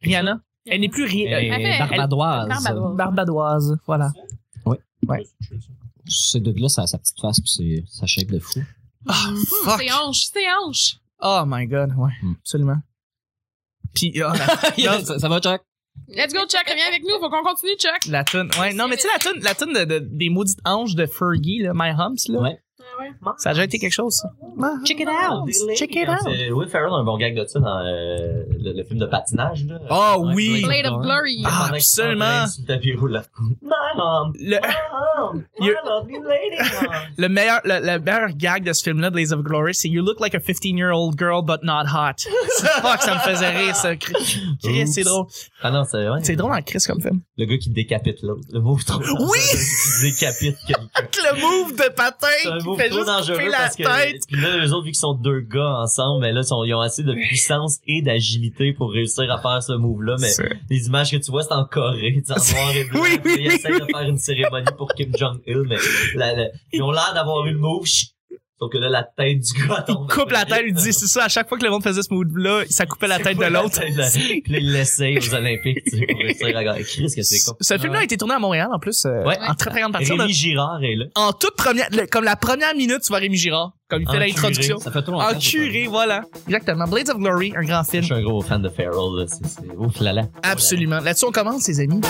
Rihanna. Elle n'est plus Barbadoise. Barbadoise, voilà. Oui. Ouais. C'est de là sa petite face puis sa shape de fou. Fuck. C'est hanche. Oh my god, ouais, absolument. Puis, ça va, Chuck? Let's go, Chuck, reviens avec nous, faut qu'on continue, Chuck. la toune, ouais, non, mais tu sais, la toune des maudites hanches de Fergie, là, My Humps, là. Ouais. Ça a déjà été quelque chose, ça. Check it out! Check it out! C'est Will Ferrell a un bon gag de ça dans le film de patinage, là. Oh oui! Blade of Glory. Ah, absolument! Sur le tapis roulant. My mom! Le, My lovely lady mom! le meilleur gag de ce film-là, Blaze of Glory, c'est You look like a 15-year-old girl, but not hot. Fuck, ça me faisait rire, ça. Chris, c'est drôle. Ah non, c'est vrai. C'est drôle en Chris comme film. Le gars qui décapite l'autre. Le move trop dangereux. Oui! Qui décapite quelqu'un. Le move de patin C'est un qui move fait trop juste dangereux couper la parce que tête. puis là eux autres vu qu'ils sont deux gars ensemble mais là ils ont assez de puissance et d'agilité pour réussir à faire ce move là mais les images que tu vois c'est en Corée en noir et blanc Oui. ils essayent de faire une cérémonie pour Kim Jong-il mais ils ont l'air d'avoir eu le move sauf que là la tête du gars tombe Il coupe la tête, il dit, c'est ça, à chaque fois que le monde faisait ce move-là, ça coupait la tête de l'autre. Puis là il l'essaye aux Olympiques tu sais pour réussir à gagner. Qu'est-ce que c'est con. Ce film-là a été tourné à Montréal, en plus, en très très grande partie. Rémi Girard est là. En toute première, comme la première minute, tu vois Rémi Girard, comme il fait l'introduction. Ça fait trop longtemps. En curé, voilà. Exactement. Blades of Glory, un grand Je film. suis un gros fan de Ferrell là, c'est ouf là là. Absolument. Là-dessus, on commence, les amis.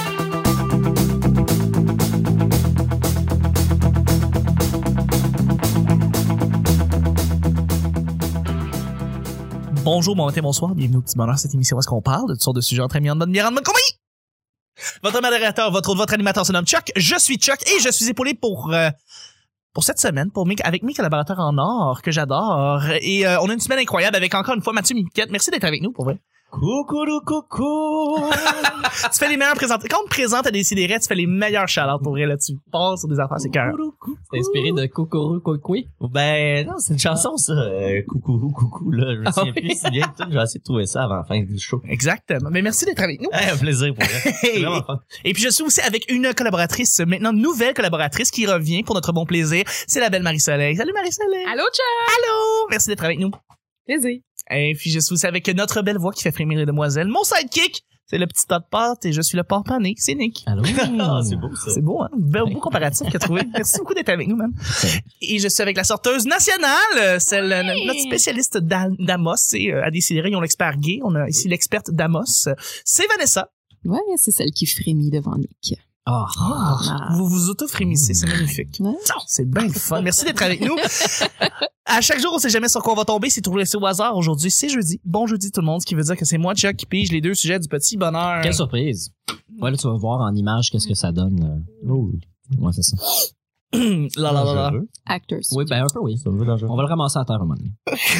Bonjour, bon matin, bonsoir, bienvenue au Petit Bonheur, cette émission où est-ce qu'on parle de toutes sortes de sujets entre amis, en bonne bière, en bonne compagnie. Votre modérateur, votre animateur se nomme Chuck, je suis Chuck et je suis épaulé pour cette semaine, avec mes collaborateurs en or que j'adore. Et on a une semaine incroyable avec encore une fois Mathieu Miquette. Merci d'être avec nous, pour vrai. Coucou. Tu fais les meilleurs présentations. Quand on te présente à Décideret, tu fais les meilleurs shout-outs pour vrai, là. Tu passes sur des affaires, c'est carré. C'est inspiré de Kokoro Kokui. Ben, non, c'est une chanson, ça. Coucou, là. Je me souviens plus si bien que tout. J'ai essayé de trouver ça avant la fin du show. Exactement. Mais merci d'être avec nous. Un plaisir pour vrai. C'est vraiment fun. Et puis, je suis aussi avec une collaboratrice, maintenant nouvelle collaboratrice qui revient pour notre bon plaisir. C'est la belle Marie-Soleil. Salut Marie-Soleil. Allô, Chuck. Allô. Merci d'être avec nous. Plaisir. Et puis, je suis aussi avec notre belle voix qui fait frémir les demoiselles. Mon sidekick, c'est le petit tas de pâtes et je suis le porc pané. C'est Nick. Allô? Ah, c'est beau, ça. C'est beau, hein? Beau comparatif qu'il a trouvé. Merci beaucoup d'être avec nous, man. Et je suis avec la sorteuse nationale, notre spécialiste d'Amos. C'est à Décideret, ils ont l'expert gay. On a ici l'experte d'Amos. C'est Vanessa. Ouais, c'est celle qui frémit devant Nick. Vous vous auto-frémissez, c'est magnifique. Ouais. C'est bien le fun. Merci d'être avec nous. À chaque jour, on sait jamais sur quoi on va tomber. C'est toujours laissé au hasard. Aujourd'hui, c'est jeudi. Bon jeudi tout le monde, ce qui veut dire que c'est moi, Chuck, qui pige les deux sujets du petit bonheur. Quelle surprise. Ouais, là, tu vas voir en image qu'est-ce que ça donne. Ouais, c'est ça. là. Actors. Oui, ben un peu, oui. Ça me veut dangereux. On va le ramasser à terre un moment donné.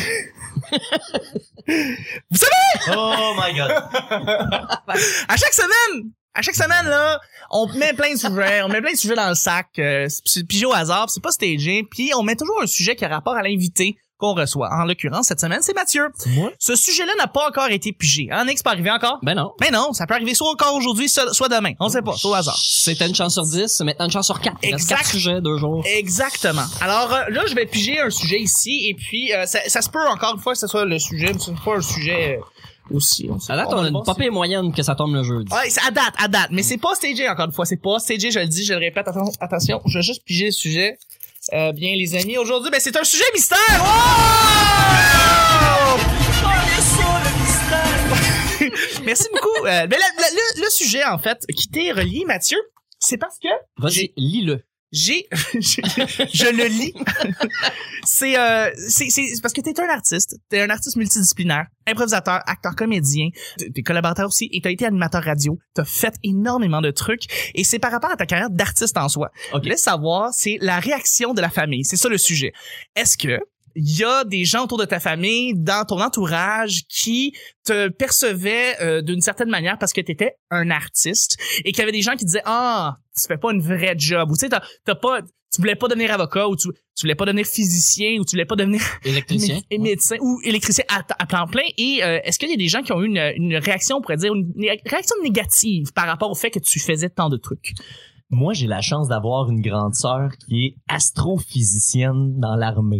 Vous savez, Oh my god. à chaque semaine, là, on met plein de sujets dans le sac, c'est pigé au hasard, c'est pas stagé, puis on met toujours un sujet qui a rapport à l'invité qu'on reçoit. En l'occurrence, cette semaine, c'est Mathieu. Moi? Ce sujet-là n'a pas encore été pigé. Hein, Nick, c'est pas arrivé encore? Ben non. Ben non, ça peut arriver soit encore aujourd'hui, soit demain. On sait pas, c'est au hasard. C'était une chance sur 10, c'est maintenant une chance sur 4. Il reste 4 sujets, 2 jours. Exactement. Alors là, je vais piger un sujet ici, et puis ça se peut encore une fois que ce soit le sujet, mais c'est pas un sujet aussi. À date, on a une pas pire moyenne que ça tombe le jeudi. Ouais, c'est à date, mais c'est pas stagé encore une fois, c'est pas stagé, je le dis, je le répète, attention, je vais juste piger le sujet. Bien les amis, aujourd'hui, ben c'est un sujet mystère. Oh! Merci beaucoup. Ben, le sujet en fait qui t'est relié, Mathieu, c'est parce que Vas-y, lis-le. je le lis. C'est parce que t'es un artiste multidisciplinaire, improvisateur, acteur, comédien, t'es collaborateur aussi et t'as été animateur radio, t'as fait énormément de trucs et c'est par rapport à ta carrière d'artiste en soi. Okay. Laisse savoir, c'est la réaction de la famille, c'est ça le sujet. Est-ce que il y a des gens autour de ta famille, dans ton entourage, qui te percevaient d'une certaine manière parce que t'étais un artiste et qu'il y avait des gens qui disaient tu fais pas une vraie job ou tu sais tu voulais pas devenir avocat ou tu voulais pas devenir physicien ou tu voulais pas devenir Électricien. médecin ou électricien à plan plein et est-ce qu'il y a des gens qui ont eu une réaction, on pourrait dire une réaction négative par rapport au fait que tu faisais tant de trucs? Moi, j'ai la chance d'avoir une grande sœur qui est astrophysicienne dans l'armée.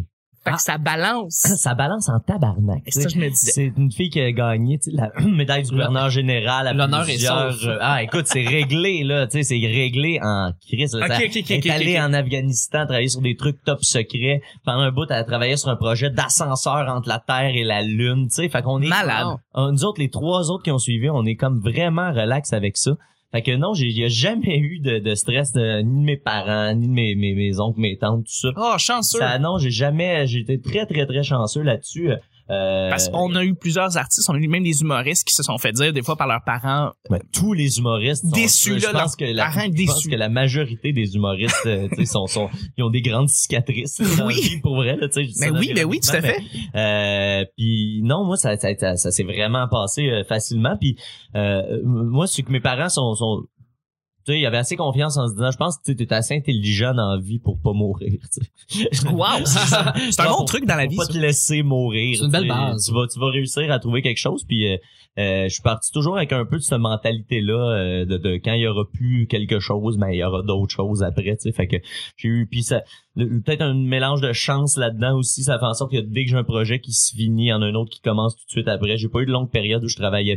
Fait que ça balance. Ça balance en tabarnak. Et ça, je me disais. C'est une fille qui a gagné, tu sais, la médaille du gouverneur général à L'honneur est plusieurs... sauf. Écoute, c'est réglé, là, tu sais, c'est réglé en crise. Là, Ok, elle est allée en Afghanistan travailler sur des trucs top secrets. Pendant un bout, elle a travaillé sur un projet d'ascenseur entre la Terre et la Lune, tu sais. Fait qu'on est... Malade. Nous autres, les 3 autres qui ont suivi, on est comme vraiment relax avec ça. Fait que non, il y a jamais eu de stress ni de mes parents, ni de mes oncles, mes tantes, tout ça. Oh, chanceux. Ça, non, j'ai été très, très, très chanceux là-dessus. Parce qu'on a eu plusieurs artistes, on a eu même des humoristes qui se sont fait dire des fois par leurs parents. Tous les humoristes sont Déçus, là, je pense que la majorité des humoristes, tu sais, ils ont des grandes cicatrices. Dans la vie, pour vrai, là, tu sais. Mais oui, tout à fait. Puis non, moi, ça s'est vraiment passé facilement. Puis moi, c'est que mes parents sont tu sais, il avait assez confiance en se disant, je pense que tu es assez intelligent dans la vie pour pas mourir, tu sais. Wow, c'est un bon truc dans la vie. Pas te laisser mourir. C'est une belle base. Tu vas réussir à trouver quelque chose, puis je suis parti toujours avec un peu de cette mentalité-là, de quand il y aura plus quelque chose, il y aura d'autres choses après, tu sais. Fait que j'ai eu, puis ça, peut-être un mélange de chance là-dedans aussi, ça fait en sorte que dès que j'ai un projet qui se finit, il y en a un autre qui commence tout de suite après. J'ai pas eu de longue période où je travaillais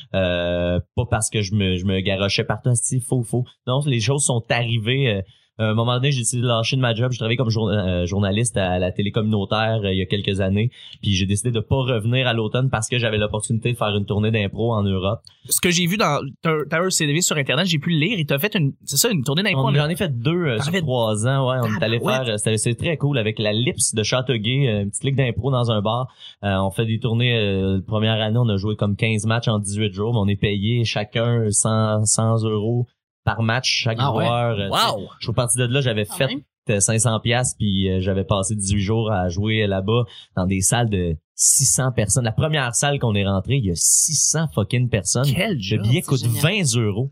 pas parce que je me garochais partout, faux. Non, les choses sont arrivées. À un moment donné, j'ai décidé de lâcher de ma job. Je travaillais comme journaliste à la télé communautaire il y a quelques années. Puis j'ai décidé de pas revenir à l'automne parce que j'avais l'opportunité de faire une tournée d'impro en Europe. Ce que j'ai vu dans Tower CV sur Internet, j'ai pu le lire. Il t'a fait une tournée d'impro. J'en ai fait 2 sur 3 ans. Ouais, on est allé faire. C'est très cool avec la Lips de Châteauguay, une petite ligue d'impro dans un bar. On fait des tournées. Première année, on a joué comme 15 matchs en 18 jours, mais on est payé chacun 100 € par match chaque joueur. Wow. Je suis parti de là, j'avais fait 500$, puis j'avais passé 18 jours à jouer là-bas dans des salles de 600 personnes. La première salle qu'on est rentré, il y a 600 fucking personnes. Quel Le billet coûte 20 €.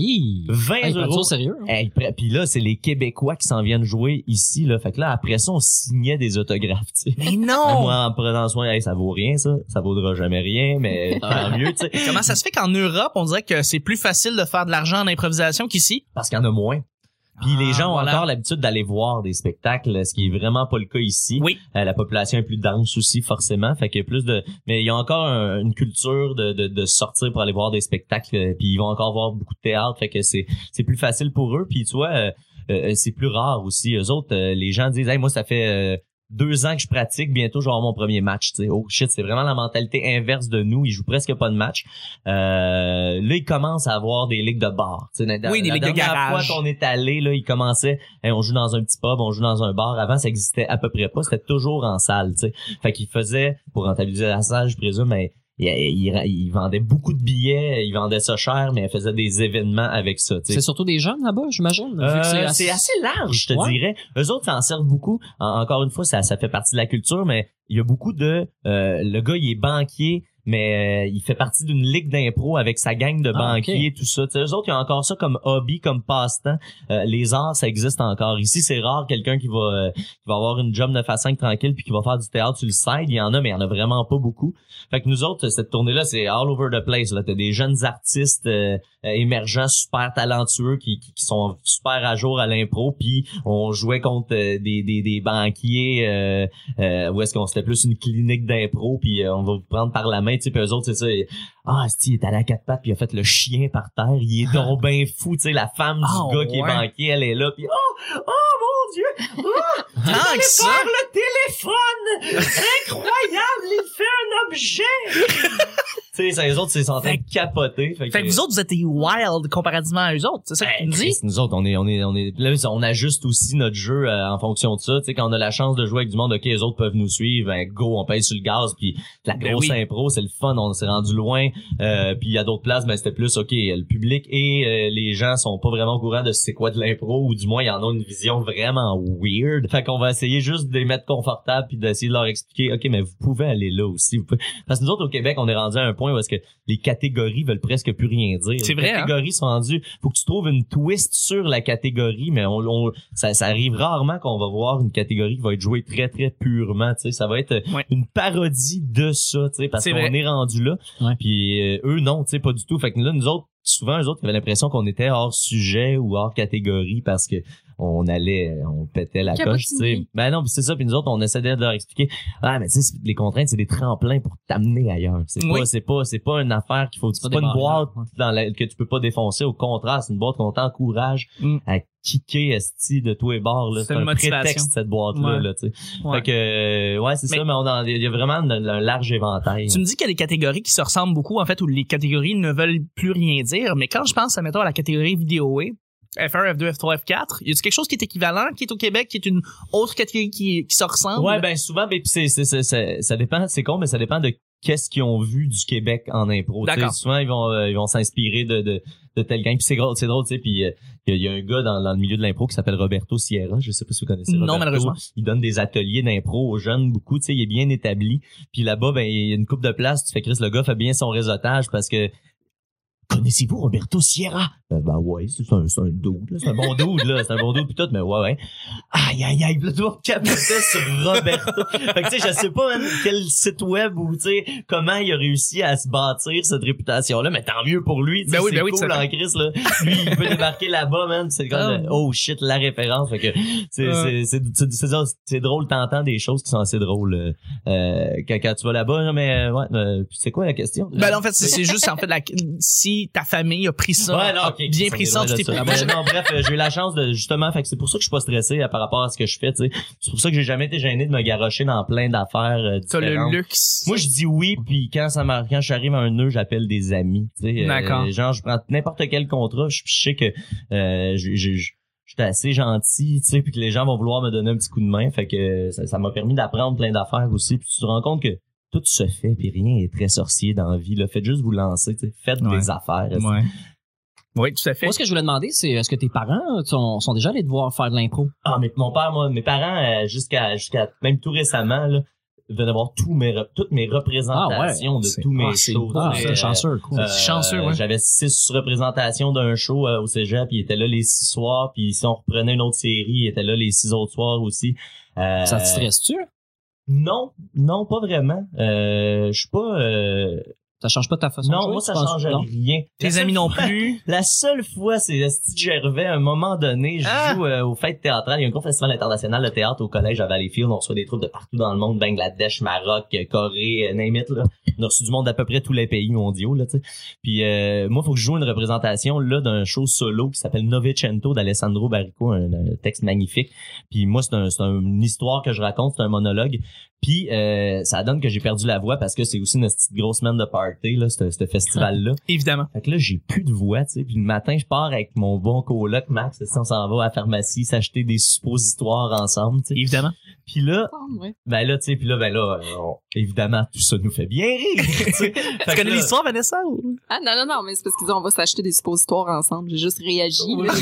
20 €. Sérieux? Hey, puis là, c'est les Québécois qui s'en viennent jouer ici, là. Fait que là, après ça, on signait des autographes, tu sais. Mais non! Moi, en prenant soin, hey, ça vaut rien, ça. Ça vaudra jamais rien, mais tant mieux, tu sais. Comment ça se fait qu'en Europe, on dirait que c'est plus facile de faire de l'argent en improvisation qu'ici? Parce qu'il y en a moins. Puis les gens ont voilà. encore l'habitude d'aller voir des spectacles, ce qui est vraiment pas le cas ici. Oui. La population est plus dense aussi, forcément. Fait qu'il y a plus de, mais il y a encore une culture de sortir pour aller voir des spectacles. Puis ils vont encore voir beaucoup de théâtre. Fait que c'est plus facile pour eux. Puis tu vois, c'est plus rare aussi. Eux autres, les gens disent, hey, moi ça fait 2 ans que je pratique, bientôt je vais avoir mon premier match, tu sais. Oh shit, c'est vraiment la mentalité inverse de nous. Ils jouent presque pas de match. Là, ils commencent à avoir des ligues de bar. Tu sais, Oui, des ligues de garage. La fois qu'on est allé, là, ils commençaient, hey, on joue dans un petit pub, on joue dans un bar. Avant, ça existait à peu près pas. C'était toujours en salle, tu sais. Fait qu'ils faisaient, pour rentabiliser la salle, je présume, mais ils vendaient beaucoup de billets, ils vendaient ça cher, mais ils faisaient des événements avec ça. T'sais. C'est surtout des jeunes là-bas, j'imagine. Vu que C'est assez large, je te dirais. Eux autres s'en servent beaucoup. Encore une fois, ça fait partie de la culture, mais il y a beaucoup de... le gars, il est banquier, mais il fait partie d'une ligue d'impro avec sa gang de banquiers, tout ça. T'sais, eux autres, ils ont encore ça comme hobby, comme passe-temps. Les arts, ça existe encore. Ici, c'est rare quelqu'un qui va avoir une job 9 à 5 tranquille puis qui va faire du théâtre sur le side. Il y en a, mais il y en a vraiment pas beaucoup. Fait que nous autres, cette tournée-là, c'est all over the place. Là, t'as des jeunes artistes émergents, super talentueux qui sont super à jour à l'impro. Puis on jouait contre des banquiers où est-ce qu'on c'était plus une clinique d'impro. Puis on va vous prendre par la main. Tu sais, puis eux autres, c'est ça. Il est allé à 4 pattes puis il a fait le chien par terre. Il est donc ben fou. Tu sais, la femme du gars qui est banquier, elle est là. Puis oh mon Dieu! Il allait faire le téléphone! Incroyable! Il fait un objet! Tu sais, les autres, c'est en train de capoter. Fait que vous autres, vous êtes wild comparativement à eux autres. C'est ça que tu me dis? Nous autres, on est, là, on ajuste aussi notre jeu en fonction de ça. Tu sais, quand on a la chance de jouer avec du monde, ok, les autres peuvent nous suivre, ben, go, on pèse sur le gaz, puis la grosse impro, c'est le fun, on s'est rendu loin. Puis il y a d'autres places, ben, c'était plus, ok, le public et les gens sont pas vraiment au courant de c'est quoi de l'impro, ou du moins, ils en ont une vision vraiment weird. Fait qu'on va essayer juste de les mettre confortables puis d'essayer de leur expliquer, ok, mais vous pouvez aller là aussi. Parce que nous autres, au Québec, on est rendu à un point où est-ce que les catégories veulent presque plus rien dire. C'est vrai, les catégories sont rendues, faut que tu trouves une twist sur la catégorie, mais ça arrive rarement qu'on va voir une catégorie qui va être jouée très, très purement, tu sais. Ça va être une parodie de ça, tu sais, parce qu'on est rendu là. Ouais. Puis eux, non, tu sais, pas du tout. Fait que là, nous autres, souvent, eux autres, ils avaient l'impression qu'on était hors sujet ou hors catégorie parce que on pétait la coche, tu sais. Ben non, pis c'est ça, puis nous autres, on essayait de leur expliquer, mais tu sais, les contraintes, c'est des tremplins pour t'amener ailleurs. C'est pas une affaire qu'il faut, c'est pas une boîte que tu peux pas défoncer. Au contraire, c'est une boîte qu'on t'encourage à kicker esti de tous les bords, là. C'est un prétexte, cette boîte-là, là, tu sais. Fait que, c'est ça, mais il y a vraiment un large éventail. Tu me dis qu'il y a des catégories qui se ressemblent beaucoup, en fait, où les catégories ne veulent plus rien dire, mais quand je pense, mettons, à la catégorie vidéo, F1, F2, F3, F4, y a-t-il quelque chose qui est équivalent, qui est au Québec, qui est une autre catégorie qui se ressemble? Ouais, ben souvent, ben ça dépend, c'est con, mais ça dépend de qu'est-ce qu'ils ont vu du Québec en impro. D'accord. Souvent ils vont s'inspirer de tel gang. Puis c'est drôle, tu sais. Puis il y a un gars dans le milieu de l'impro qui s'appelle Roberto Sierra. Je sais pas si vous connaissez. Non, Roberto. malheureusement. Il donne des ateliers d'impro aux jeunes, beaucoup. Tu sais, il est bien établi. Puis là-bas, ben il y a une couple de places. Tu fais Chris, le gars fait bien son réseautage parce que connaissez-vous Roberto Sierra? Ben ouais, c'est un dude, là. C'est un bon dude, là. C'est un bon dude pis tout, mais ouais. Aïe, là, tu vois, capoter sur Roberto. Fait que tu sais, je sais pas, même quel site web ou, tu sais, comment il a réussi à se bâtir cette réputation-là, mais tant mieux pour lui, tu sais, c'est cool en Christ, là. Lui, il peut débarquer là-bas, man, c'est comme, oh shit, la référence. Fait que, c'est drôle, t'entends des choses qui sont assez drôles, quand tu vas là-bas, mais, c'est quoi la question? Ben, en fait, c'est juste, en fait, si ta famille a pris ça. Ouais, non, okay, bien pris ça, tu t'es pris. Non, bref, j'ai eu la chance de, justement, fait que c'est pour ça que je suis pas stressé par rapport à ce que je fais, tu sais. C'est pour ça que j'ai jamais été gêné de me garrocher dans plein d'affaires différentes. T'as le luxe. Moi, je dis oui, puis quand j'arrive à un nœud, j'appelle des amis, tu sais. D'accord. Genre, je prends n'importe quel contrat, je sais que, j'étais assez gentil, tu sais, puis que les gens vont vouloir me donner un petit coup de main, fait que ça m'a permis d'apprendre plein d'affaires aussi, puis tu te rends compte que tout se fait, puis rien est très sorcier dans la vie, là. Faites juste vous lancer, tu sais. Faites des affaires. Ouais. Oui, tout à fait. Moi, ce que je voulais demander, c'est est-ce que tes parents sont déjà allés te voir faire de l'impro? Ah, mais mes parents, jusqu'à même tout récemment, là, venaient voir toutes mes représentations de tous mes shows. C'est chanceux, cool. C'est chanceux, ouais. J'avais 6 représentations d'un show au cégep, puis il était là les 6 soirs, puis si on reprenait une autre série, il était là les 6 autres soirs aussi. Ça te stresse-tu? Non, pas vraiment. Je suis pas... Ça change pas ta façon de jouer? Non, moi, ça change rien. Tes amis non plus? La seule fois, c'est Steve Gervais, à un moment donné, je joue aux fêtes théâtrales. Il y a un gros festival international de théâtre au collège à Valleyfield. On reçoit des troupes de partout dans le monde, Bangladesh, Maroc, Corée, name it, là. On a reçu du monde d'à peu près tous les pays mondiaux, là, tu sais. Puis, moi, faut que je joue une représentation, là, d'un show solo qui s'appelle Novecento d'Alessandro Barrico, un texte magnifique. Puis moi, c'est une histoire que je raconte, c'est un monologue. Puis ça donne que j'ai perdu la voix parce que c'est aussi une petite grosse semaine de party, là, ce festival-là. Évidemment. Fait que là, j'ai plus de voix, tu sais. Puis le matin, je pars avec mon bon coloc, Max, on s'en va à la pharmacie s'acheter des suppositoires ensemble, tu sais. Évidemment. Puis là, ben là, tu sais, évidemment, tout ça nous fait bien rire, tu sais. Tu connais l'histoire, Vanessa? Ou? Ah, non, mais c'est parce qu'ils disent on va s'acheter des suppositoires ensemble. J'ai juste réagi.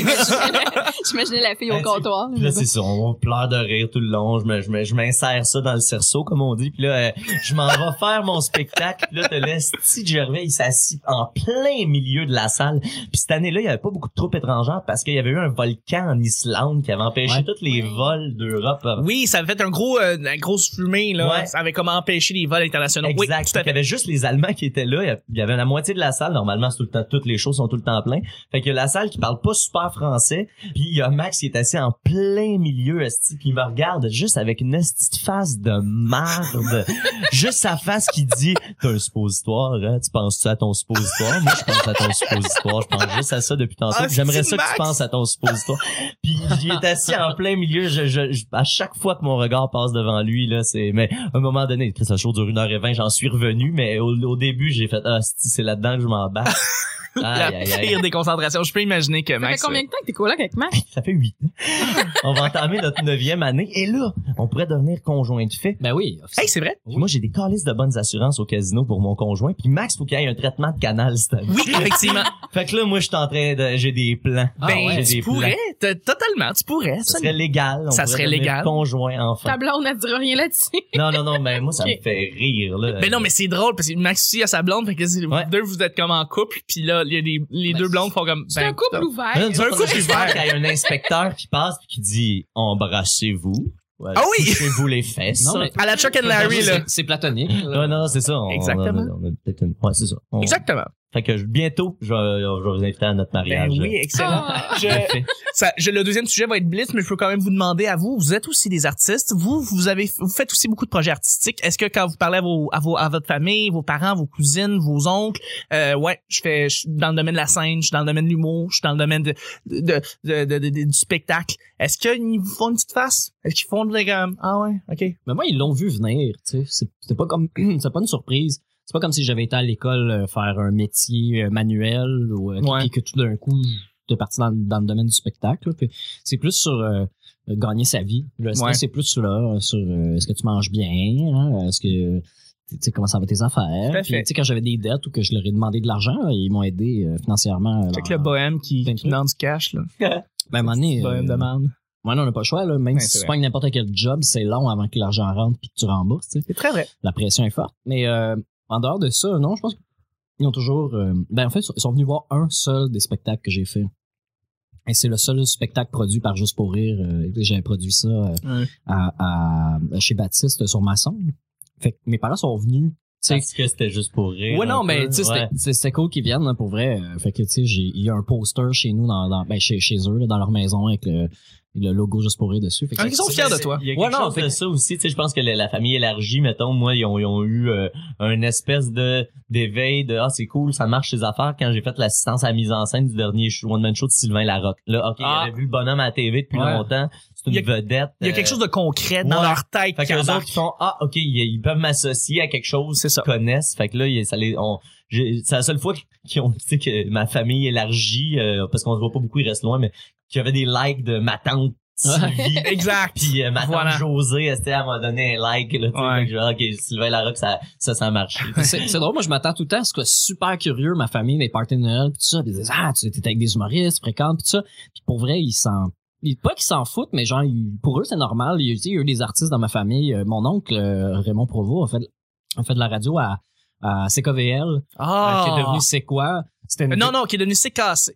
J'imaginais la fille au comptoir. Puis là, c'est ça, on pleure de rire tout le long. Je m'insère ça dans le cerceau, comme on dit. Puis là, je m'en vais faire mon spectacle. Puis là, t'as le Steve Gervais, il s'assit en plein milieu de la salle. Puis cette année-là, il y avait pas beaucoup de troupes étrangères parce qu'il y avait eu un volcan en Islande qui avait empêché tous les vols d'Europe. Oui, ça avait fait une grosse fumée, là. Ouais. Ça avait comme empêché les vols internationaux. Exact. Oui, tout à fait. Il y avait juste les Allemands qui étaient là. Il y avait la moitié de la salle. Normalement, c'est tout le temps, toutes les shows sont tout le temps pleins. Fait que la salle qui parle pas super français. Puis il y a Max qui est assis en plein milieu, esti, puis il me regarde juste avec une petite face de marde. Juste sa face qui dit, t'as un suppositoire, hein? Tu penses-tu à ton suppositoire? Moi, je pense à ton suppositoire. Je pense juste à ça depuis tantôt. J'aimerais ça que tu penses à ton suppositoire. Puis il est assis en plein milieu. À chaque fois que mon regard passe devant lui, là, mais à un moment donné, ça show dure 1h20, j'en suis revenu, mais au début, j'ai fait, c'est là-dedans que je m'en bats. La pire des concentrations. Je peux imaginer que Max... Ça fait combien de temps que t'es coloc avec Max? Ça fait 8 ans. On va entamer notre 9e année. Et là, on pourrait devenir conjoint de fait. Ben oui. Hey, c'est vrai? Puis moi, j'ai des calices de bonnes assurances au casino pour mon conjoint. Puis Max, faut qu'il y ait un traitement de canal cette année. Oui, effectivement. Fait que là, moi, je suis en train de... J'ai des plans. Tu pourrais. Totalement, tu pourrais. Ça serait légal. Ça serait légal. Conjoint, enfin. Ta blonde, elle dira rien là-dessus. Non, mais moi, ça me fait rire, là. Ben non, mais c'est drôle parce que Max aussi a sa blonde. Fait que vous deux, vous êtes comme en couple. Puis là, il y a les deux blondes font comme... C'est un couple ouvert. C'est un couple ouvert. Il y a un inspecteur qui passe puis qui dit « Embrassez-vous ». Ouais, ah oui! Touchez-vous les fesses. Non, mais à la Chuck and Larry, là. C'est platonique. Non, c'est ça. Exactement. On a peut-être une... Ouais, c'est ça. Exactement. Fait que bientôt, je vais vous inviter à notre mariage. Ben oui, excellent. Ah. Le deuxième sujet va être blitz, mais je peux quand même vous demander à vous. Vous êtes aussi des artistes. Vous faites aussi beaucoup de projets artistiques. Est-ce que quand vous parlez à votre famille, vos parents, vos cousines, vos oncles, je suis dans le domaine de la scène, je suis dans le domaine de l'humour, je suis dans le domaine du spectacle. Est-ce qu'ils vous font une petite face? Est-ce qu'ils font ah ouais, ok. Mais moi, ils l'ont vu venir, tu sais. C'était pas comme, c'est pas une surprise. C'est pas comme si j'avais été à l'école faire un métier manuel ou et que tout d'un coup, j'étais parti dans le domaine du spectacle. Là. Puis c'est plus sur gagner sa vie. Le stress, c'est plus là, sur est-ce que tu manges bien, hein, est-ce que tu sais comment ça va tes affaires. Puis, tu sais, quand j'avais des dettes ou que je leur ai demandé de l'argent, ils m'ont aidé financièrement. C'est que le bohème qui demande du cash, là. Ben, à un moment donné, bohème demande. Ouais, non, on n'a pas le choix, là. Même si tu pognes n'importe quel job, c'est long avant que l'argent rentre puis que tu rembourses, tu sais. C'est très vrai. La pression est forte. Mais en dehors de ça, non, je pense qu'ils ont toujours... en fait, ils sont venus voir un seul des spectacles que j'ai fait. Et c'est le seul spectacle produit par Juste pour rire. J'avais produit ça chez Baptiste sur Masson. Fait que mes parents sont venus... Parce que c'était juste pour rire. Ouais, non, mais tu sais, c'était cool qu'ils viennent, là, pour vrai. Fait que, tu sais, il y a un poster chez nous, chez eux, là, dans leur maison, avec le logo Juste pour rire dessus. Fait que ils sont fiers de toi. Il y a quelque chose de ça aussi. Tu sais, je pense que la famille élargie, mettons, moi, ils ont eu une espèce d'éveil de c'est cool, ça marche ces affaires quand j'ai fait l'assistance à la mise en scène du dernier one-man show de Sylvain Larocque. Là, il avait vu le bonhomme à la TV depuis longtemps. C'est une vedette. Il y a quelque chose de concret dans leur tête. Fait qu'eux autres, ils font OK, ils peuvent m'associer à quelque chose qu'ils connaissent. Fait que là, c'est la seule fois qu'ils ont, tu sais, que ma famille élargie, parce qu'on se voit pas beaucoup, ils restent loin, mais qu'il y avait des likes de ma tante Sylvie. Exact. Puis ma tante Josée, elle m'a donné un like, là, tu sais. OK, Sylvain Larocque, ça a marché. C'est drôle, moi, je m'attends tout le temps à ce que super curieux, ma famille, les parties de Noël, pis tout ça. Puis ils disent, tu étais avec des humoristes, fréquentes, pis tout ça. Puis pour vrai, pas qu'ils s'en foutent, mais genre, pour eux, c'est normal. Il y a eu des artistes dans ma famille. Mon oncle, Raymond Provost, a fait de la radio à CKVL, qui est devenu C'est quoi? Qui est devenu CKC.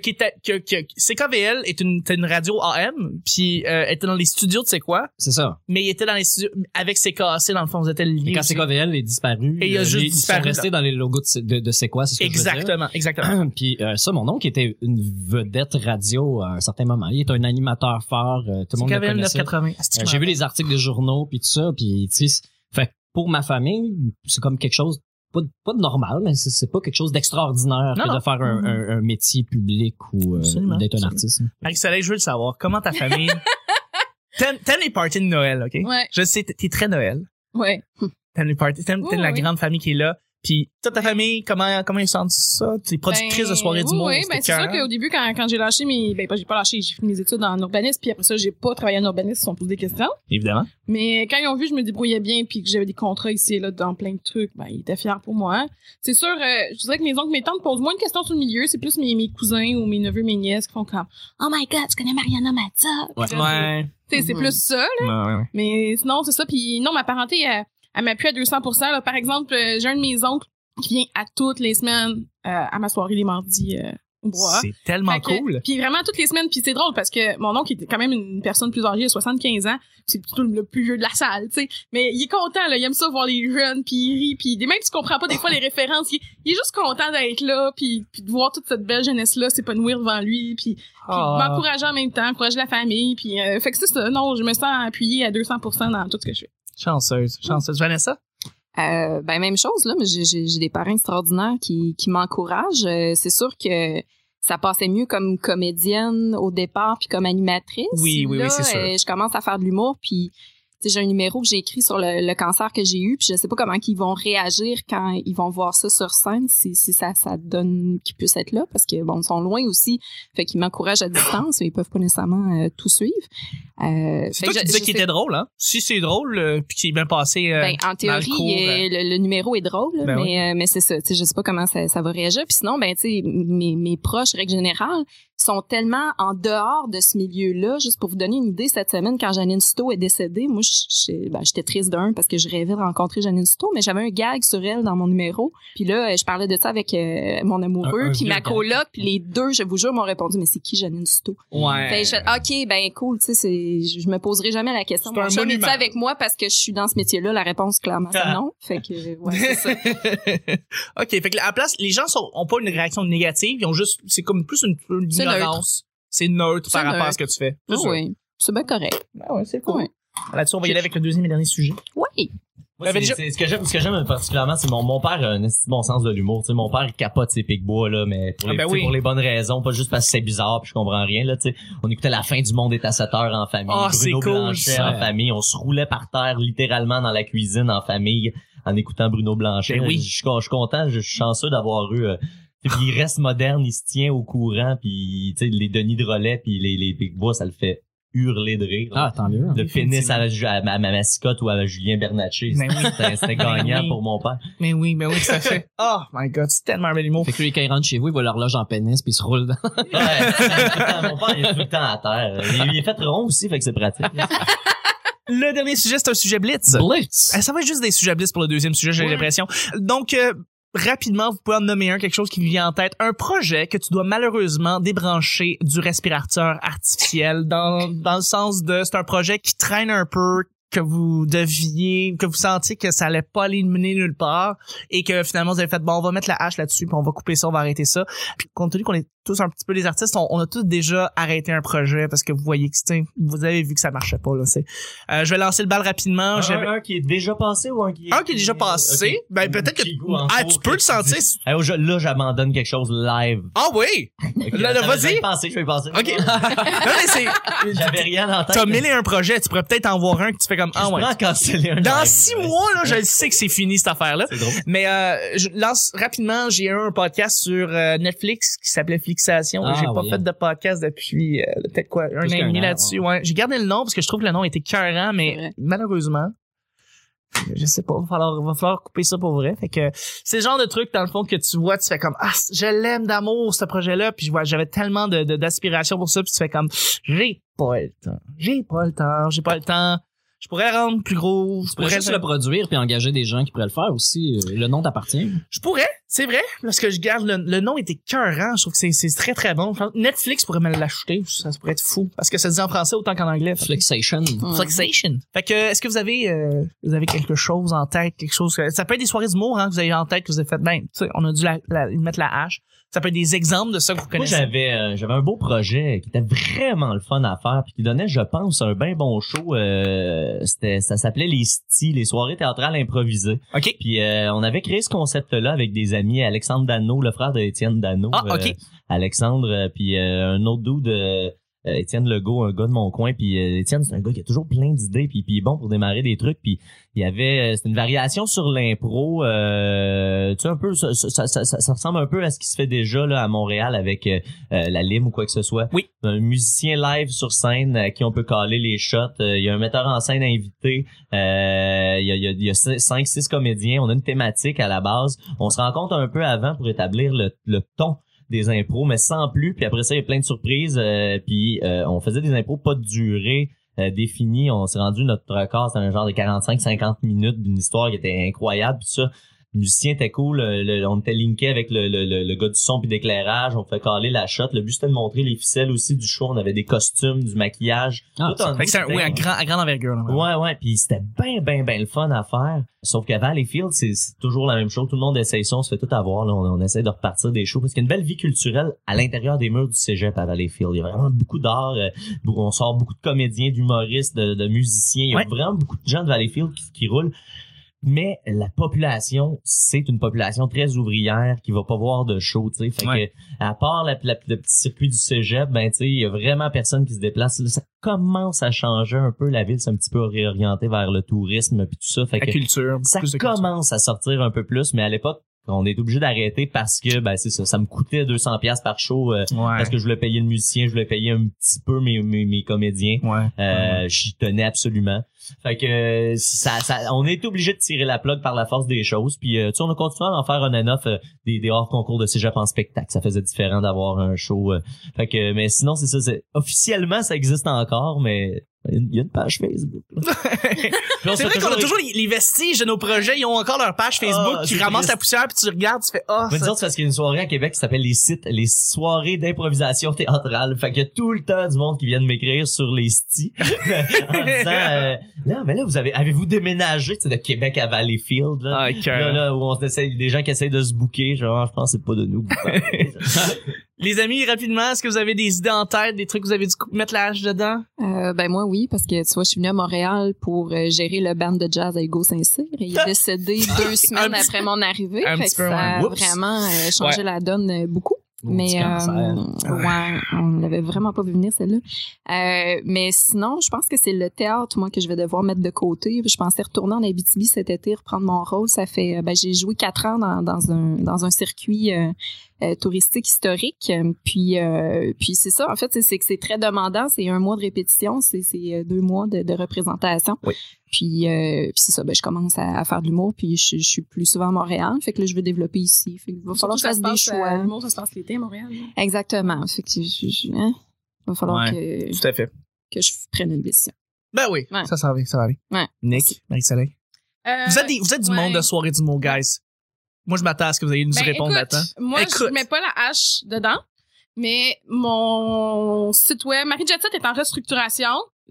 CKVL était une radio AM, puis était dans les studios de C'est quoi? C'est ça. Mais il était dans les studios avec CKC, dans le fond, vous étiez liés. Et quand CKVL est disparu, et il a juste disparu. Ils sont restés dans les logos de C'est quoi? C'est ce que exactement. Puis ça, mon oncle était une vedette radio à un certain moment. Il était un animateur fort, tout le monde le connaissait. CKVL 980. J'ai vu les articles des journaux, puis tout ça, puis tu sais, fait pour ma famille, c'est comme quelque chose pas de normal, mais c'est pas quelque chose d'extraordinaire que de faire un métier public ou d'être un artiste. Marie-Soleil, je veux le savoir. Comment ta famille... T'aimes les parties de Noël, OK? Ouais. Je sais, t'es très Noël. Ouais. T'aimes les parties, t'aimes la grande famille qui est là. Puis toute ta famille, comment ils sentent ça? T'es productrice de soirée d'humour. Oui, c'est sûr qu'au début, quand j'ai lâché j'ai pas lâché, j'ai fait mes études en urbanisme, puis après ça, j'ai pas travaillé en urbanisme, ils se sont posé des questions. Évidemment. Mais quand ils ont vu, je me débrouillais bien, puis que j'avais des contrats ici et là dans plein de trucs, ils étaient fiers pour moi. C'est sûr, je dirais que mes oncles, mes tantes posent moins de questions sur le milieu, c'est plus mes cousins ou mes neveux, mes nièces qui font comme « Oh my God, tu connais Mariana Mazza? » Ouais. C'est plus ça, là. Ouais. Mais sinon, c'est ça. Puis non, ma parenté, elle m'appuie à 200%. Là. Par exemple, j'ai un de mes oncles qui vient à toutes les semaines à ma soirée les mardis au bois. C'est tellement cool. Puis vraiment toutes les semaines. Puis c'est drôle parce que mon oncle était quand même une personne plus âgée, 75 ans. C'est plutôt le plus vieux de la salle, tu sais. Mais il est content, là. Il aime ça voir les jeunes, puis il rit. Puis même si tu comprends pas des fois les références, il est juste content d'être là, puis de voir toute cette belle jeunesse-là s'épanouir devant lui, puis m'encourager en même temps, encourager la famille. Puis fait que c'est ça. Non, je me sens appuyée à 200% dans tout ce que je fais. Chanceuse. Vanessa? Même chose, là, mais j'ai des parents extraordinaires qui m'encouragent. C'est sûr que ça passait mieux comme comédienne au départ puis comme animatrice. Oui, c'est sûr. Je commence à faire de l'humour puis j'ai un numéro que j'ai écrit sur le cancer que j'ai eu puis je sais pas comment ils vont réagir quand ils vont voir ça sur scène si ça donne qu'ils puissent être là parce que ils sont loin aussi fait qu'ils m'encouragent à distance mais ils peuvent pas nécessairement tout suivre. C'est toi qui disais qu'il était drôle, hein? Si c'est drôle puis qu'il est bien passé en théorie le numéro est drôle mais c'est ça, je sais pas comment ça va réagir puis sinon tu sais mes proches règle générale sont tellement en dehors de ce milieu-là. Juste pour vous donner une idée, cette semaine, quand Janine Souto est décédée, moi, j'étais triste parce que je rêvais de rencontrer Janine Souto, mais j'avais un gag sur elle dans mon numéro. Puis là, je parlais de ça avec mon amoureux, puis ma coloc, puis les deux, je vous jure, m'ont répondu, mais c'est qui Janine Souto? Ouais. Fait, OK, ben cool, tu sais, je me poserai jamais la question. Mon chum est-tu avec moi parce que je suis dans ce métier-là? La réponse, clairement, c'est non. Fait que, ouais, c'est ça. OK, fait que à la place, les gens ont pas une réaction négative, ils ont juste, c'est comme plus une ignorance. C'est neutre par rapport à ce que tu fais. Oui, c'est bien correct. Ah ouais, c'est cool. Ouais. Là-dessus, on va y aller avec le deuxième et dernier sujet. Oui. Moi, ce que j'aime particulièrement, c'est mon père a un bon sens de l'humour. Tu sais, mon père il capote ses Picbois là, mais pour les bonnes raisons, pas juste parce que c'est bizarre puis je comprends rien là. Tu sais, on écoutait La fin du monde est à 7 heures en famille, Bruno Blanchet en famille, on se roulait par terre littéralement dans la cuisine en famille en écoutant Bruno Blanchet. Ben oui. Je suis content, je suis chanceux d'avoir eu. Puis il reste moderne, il se tient au courant, puis tu sais les Denis de Relais puis les Picbois, ça le fait hurler de rire. Ah, tant mieux. Le pénis à ma mascotte ou à Julien Bernatchez. C'était gagnant pour mon père. Mais oui, ça fait. Oh my god, c'est tellement un bel humour. Fait que lui, quand il rentre chez vous, il voit l'horloge en pénis puis il se roule dans... Ouais, mon père, il est tout le temps à terre. Il est fait rond aussi, fait que c'est pratique. Le dernier sujet, c'est un sujet blitz. Blitz. Ça va être juste des sujets blitz pour le deuxième sujet, j'ai l'impression. Donc, rapidement, vous pouvez en nommer un, quelque chose qui vous vient en tête. Un projet que tu dois malheureusement débrancher du respirateur artificiel dans le sens de, c'est un projet qui traîne un peu, que vous sentiez que ça allait pas aller mener nulle part et que finalement vous avez fait bon, on va mettre la hache là-dessus puis on va couper ça, on va arrêter ça. Puis compte tenu qu'on est tous un petit peu des artistes, on a tous déjà arrêté un projet parce que vous voyez que vous avez vu que ça marchait pas là, c'est. Je vais lancer le bal rapidement. Un qui est déjà passé ou un qui est déjà passé? Okay. Ben peut-être que tu peux le sentir. Là, j'abandonne quelque chose live. Ah oui. Okay, là, vas-y. Je vais y passer. OK. Non mais c'est j'avais rien en tête. T'as 1001 projets, tu pourrais peut-être en voir un que tu fais comme ouais. Dans 6 mois là, je sais que c'est fini cette affaire là. C'est drôle. Mais je lance rapidement, j'ai eu un podcast sur Netflix qui s'appelait Flixation. J'ai pas fait de podcast depuis peut-être quoi, un an et demi là-dessus. Ouais, j'ai gardé le nom parce que je trouve que le nom était écœurant, mais malheureusement, je sais pas, va falloir couper ça pour vrai. Fait que c'est le genre de truc dans le fond que tu vois, tu fais comme je l'aime d'amour ce projet-là, puis j'avais tellement d'aspiration pour ça, puis tu fais comme j'ai pas le temps. Je pourrais le rendre plus gros. Tu pourrais juste le produire puis engager des gens qui pourraient le faire aussi. Le nom t'appartient. Je pourrais, c'est vrai, parce que je garde le nom est écœurant. Je trouve que c'est très très bon. Netflix pourrait me l'acheter, ça pourrait être fou, parce que ça se dit en français autant qu'en anglais. Flixation. Flixation. Fait que est-ce que vous avez quelque chose en tête, quelque chose ça peut être des soirées d'humour que vous avez en tête que vous avez fait tu sais, on a dû mettre la hache. Ça peut être des exemples de ça que vous connaissez. Moi, j'avais un beau projet qui était vraiment le fun à faire puis qui donnait, je pense, un bien bon show. Ça s'appelait les soirées théâtrales improvisées. OK. Puis on avait créé ce concept-là avec des amis, Alexandre Dano, le frère d'Étienne Dano. Ah, OK. Alexandre, puis un autre dude Étienne Legault, un gars de mon coin, puis Étienne, c'est un gars qui a toujours plein d'idées, puis il est bon pour démarrer des trucs, puis il y avait c'était une variation sur l'impro, tu sais, un peu ça ressemble un peu à ce qui se fait déjà là à Montréal avec la Lime ou quoi que ce soit. Oui. Un musicien live sur scène à qui on peut caler les shots, il y a un metteur en scène invité, il y a 5-6 comédiens, on a une thématique à la base, on se rencontre un peu avant pour établir le ton des impros, mais sans plus, puis après ça, il y a plein de surprises, puis on faisait des impros pas de durée définie, on s'est rendu notre record, c'était un genre de 45-50 minutes d'une histoire qui était incroyable, puis ça, le musicien était cool, on était linké avec le gars du son puis d'éclairage, on fait caler la shot, le but c'était de montrer les ficelles aussi du show, on avait des costumes, du maquillage. C'est à grande envergure. Là, ouais, puis c'était ben le fun à faire. Sauf qu'à Valleyfield, c'est toujours la même chose, tout le monde essaye ça, on se fait tout avoir, là, on essaie de repartir des shows, parce qu'il y a une belle vie culturelle à l'intérieur des murs du cégep à Valleyfield. Il y a vraiment beaucoup d'art, on sort beaucoup de comédiens, d'humoristes, de musiciens, il y a vraiment beaucoup de gens de Valleyfield qui roulent. Mais la population, c'est une population très ouvrière qui va pas voir de show, tu sais. Fait que, à part le petit circuit du cégep, ben, tu sais, il y a vraiment personne qui se déplace. Là, ça commence à changer un peu. La ville s'est un petit peu réorientée vers le tourisme puis tout ça. Fait la que culture. Ça commence à sortir un peu plus, mais à l'époque, On est obligé d'arrêter parce que ben c'est ça me coûtait 200$ par show parce que je voulais payer le musicien, je voulais payer un petit peu mes comédiens. J'y tenais absolument. Fait que on est obligé de tirer la plug par la force des choses. Puis tu sais, on a continué à en faire un enough des hors concours de cégep en spectacle. Ça faisait différent d'avoir un show. Fait que mais sinon c'est ça. Officiellement ça existe encore, mais il y a une page Facebook. C'est vrai qu'on a toujours les vestiges de nos projets. Ils ont encore leur page Facebook qui ramasse la poussière puis tu regardes, tu fais Mais disons, c'est parce qu'il y a une soirée à Québec qui s'appelle les soirées d'improvisation théâtrale. Fait qu'il y a tout le temps du monde qui vient de m'écrire sur les stis en disant non mais là avez-vous déménagé de Québec à Valleyfield là, là où on essaie, des gens qui essayent de se booker, genre je pense que c'est pas de nous. Les amis, rapidement, est-ce que vous avez des idées en tête, des trucs que vous avez dû mettre la hache dedans? Ben moi oui, parce que tu vois, je suis venue à Montréal pour gérer le band de jazz à Hugo Saint-Cyr et il est décédé 2 semaines après mon arrivée. Fait que ça a vraiment changé la donne beaucoup. Mais on l'avait vraiment pas vu venir celle-là. Mais sinon, je pense que c'est le théâtre moi que je vais devoir mettre de côté. Je pensais retourner en Abitibi cet été, reprendre mon rôle. Ça fait j'ai joué 4 ans dans un circuit touristique historique. Puis c'est ça. En fait, c'est que c'est très demandant. C'est 1 mois de répétition, c'est 2 mois de représentation. Oui. Puis c'est ça, je commence à faire de l'humour, puis je suis plus souvent à Montréal, fait que là je veux développer ici, fait qu'il va falloir que je fasse des choix. L'humour, ça se passe l'été à Montréal. Exactement, fait que il va falloir que tout à fait que je prenne une décision. Ben oui, ça va aller. Ouais. Nick, Marie-Soleil. Vous êtes du monde de soirée d'humour, guys. Moi je m'attends à ce que vous ayez nous répondre là-dedans. Moi je mets pas la hache dedans, mais mon site web Marie Jet Set est en restructuration.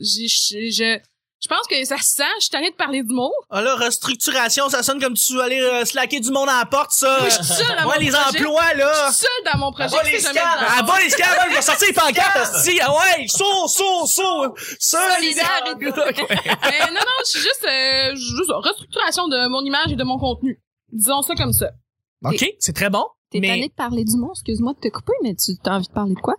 Je pense que ça se sent. Je suis tannée de parler d'humour. Ah là, restructuration, ça sonne comme tu veux aller slacker du monde à la porte, ça. Oui, je suis seule dans mon projet. Les emplois, là. Je suis seule dans mon projet. Ah, les scams. Je vais sortir les pancartes, hostie. Ah ouais, saut. Solidarité. Mais non, je suis juste restructuration de mon image et de mon contenu. Disons ça comme ça. OK, c'est très bon. T'es tannée de parler d'humour, excuse-moi de te couper, mais tu as envie de parler de quoi?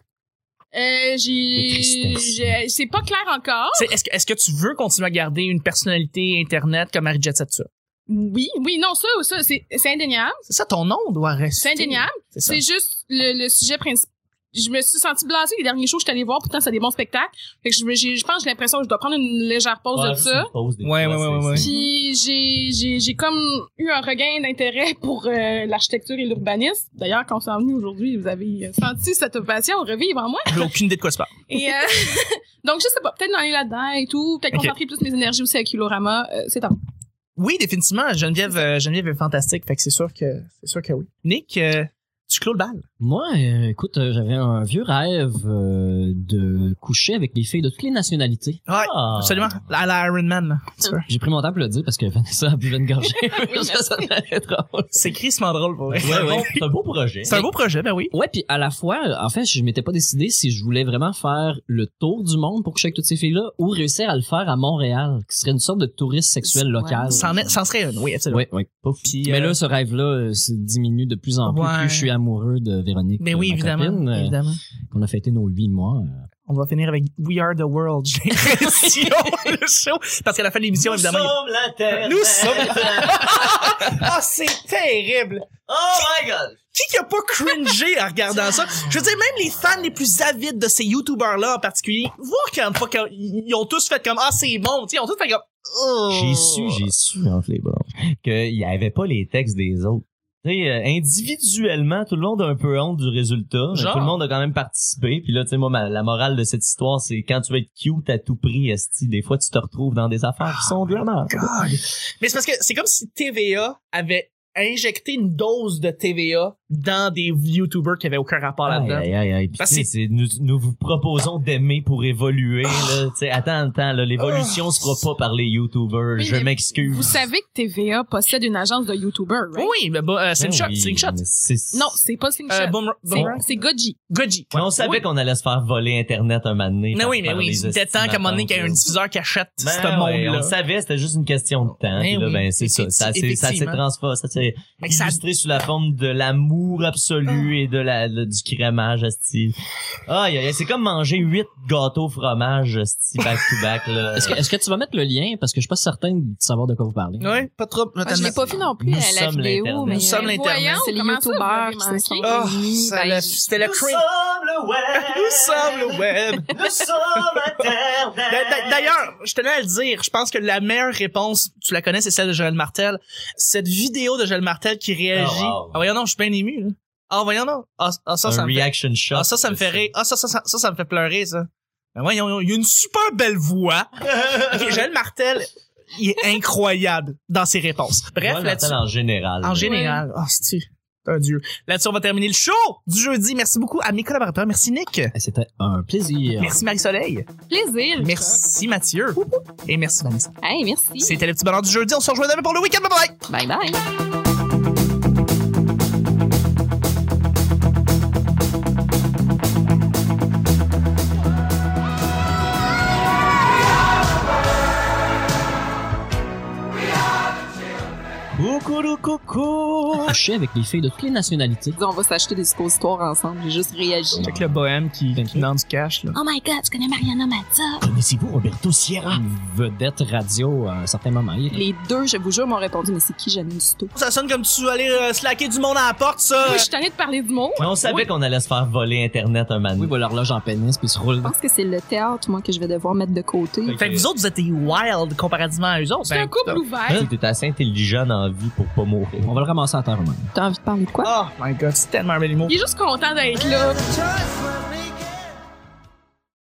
C'est pas clair encore. Est-ce que tu veux continuer à garder une personnalité internet comme Marie Jet Set ça? Oui, non, ça, c'est indéniable. C'est ça, ton nom doit rester. C'est indéniable. C'est juste le sujet principal. Je me suis sentie blasée les derniers shows que je suis allée voir, pourtant c'est des bons spectacles. Fait que je pense que j'ai l'impression que je dois prendre une légère pause de ça. Ouais. Puis j'ai comme eu un regain d'intérêt pour l'architecture et l'urbanisme. D'ailleurs, quand on s'est venu aujourd'hui, vous avez senti cette passion revivre en moi. J'ai aucune idée de quoi tu parles. Et donc je sais pas, peut-être aller là-dedans et tout, peut-être concentrer plus mes énergies aussi à Culorama, c'est temps. Oui, définitivement, Geneviève est fantastique, fait que c'est sûr que oui. Nick, tu clôt le bal? Moi, écoute, j'avais un vieux rêve de coucher avec des filles de toutes les nationalités. Ouais, absolument. À la Iron Man, là. J'ai pris mon temps pour le dire parce que Vanessa a bu une gorgée. Ça drôle. C'est crissement drôle pour vrai. Ouais. C'est un beau projet. C'est un beau projet, ben oui. Ouais, puis à la fois, en fait, je m'étais pas décidé si je voulais vraiment faire le tour du monde pour coucher avec toutes ces filles-là ou réussir à le faire à Montréal, qui serait une sorte de tourisme sexuel local. C'en serait une, oui, absolument. Oui. Mais là, ce rêve-là diminue de plus en plus. Plus je suis amoureux de Véronique. Mais oui, évidemment. On a fêté nos 8 mois. On va finir avec We Are the World, j'ai l'impression, le show. Parce qu'à la fin de l'émission, évidemment. Nous sommes la Terre. Nous sommes. Ah, c'est terrible. Oh my God. Qui a pas cringé en regardant ça? Je veux dire, même les fans les plus avides de ces YouTubers-là en particulier, voir quand ils ont tous fait comme, c'est bon, tu sais, ils ont tous fait comme, J'ai su, entre les bords, qu'il y avait pas les textes des autres. Tu sais, individuellement, tout le monde a un peu honte du résultat. Tout le monde a quand même participé. Puis là, tu sais, moi, la morale de cette histoire, c'est quand tu veux être cute à tout prix, esti, des fois, tu te retrouves dans des affaires qui sont de la merde. Mais c'est parce que c'est comme si TVA avait injecté une dose de TVA dans des YouTubers qui avaient aucun rapport là-dedans. Aïe. Nous vous proposons d'aimer pour évoluer, là. Tu sais, attends, là, l'évolution se fera pas par les YouTubers. Oui, je m'excuse. Vous savez que TVA possède une agence de YouTubers, right? Oui, mais Slingshot. Non, c'est pas Slingshot. C'est Goji. On savait qu'on allait se faire voler Internet un moment donné. Mais oui, c'était temps qu'à un moment donné qu'il y ait un diffuseur qui achète ce monde-là. On le savait, c'était juste une question de temps. Puis là, c'est ça. Ça s'est transformé, ça s'est illustré sous la forme de la moue l'amour absolu et du crémage, asti. C'est comme manger 8 gâteaux fromage, asti, back to back, là. Est-ce que tu vas mettre le lien? Parce que je suis pas certain de savoir de quoi vous parlez. Oui, pas trop. Je l'ai pas vu non plus, Nous la sommes vidéo, l'Internet. mais Nous sommes l'Internet. c'est les Comment ça, youtubeurs vous qui avez se sont Oh, réunis. c'était le Nous crazy. sommes le web. Nous sommes le web. Nous sommes Internet. D'ailleurs, je tenais à le dire, je pense que la meilleure réponse, tu la connais, c'est celle de Joël Martel. Cette vidéo de Joël Martel qui réagit. Oh, wow. Ah, voyons non, je suis bien ému, là. Ah, voyons non. Ça Un me fait... reaction shot. Ah, ça me fait rire. Ah, ça me fait pleurer, ça. Ben voyons, il y a une super belle voix. Ok, Joël Martel, il est incroyable dans ses réponses. Bref, Joël là-dessus. Martel en général. En général. Ah, c'est un dieu. Là-dessus, on va terminer le show du jeudi. Merci beaucoup à mes collaborateurs. Merci Nick. C'était un plaisir. Merci Marie-Soleil. Plaisir. Merci Mathieu. Et merci Vanessa. Hey, merci. C'était le petit bonheur du jeudi. On se rejoint demain pour le week-end. Bye bye. Bye bye. Coucou. Coucher avec les filles de toutes les nationalités. On va s'acheter des suppositoires ensemble. J'ai juste réagi. Avec le bohème qui demande du cash, là. Oh my god, tu connais Mariana Mazza? Connaissez-vous Roberto Sierra? Une vedette radio à un certain moment. Les deux, je vous jure, m'ont répondu, mais c'est qui Janine Duto? Ça sonne comme tu vas aller slacker du monde à la porte, ça. Oui, je suis tannée de parler du mot. Mais on savait qu'on allait se faire voler Internet un moment. Oui, voilà l'horloge en pénis puis il se roule. Je pense que c'est le théâtre, moi, que je vais devoir mettre de côté. Fait que vous autres, vous êtes des wild comparativement à eux autres. C'est un couple ouvert. T'es assez intelligent dans la vie pour pas mourir. On va le ramasser à terre humaine. T'as envie de parler de quoi? Oh my god, c'est tellement un bel humour. Il est juste content d'être là. Just when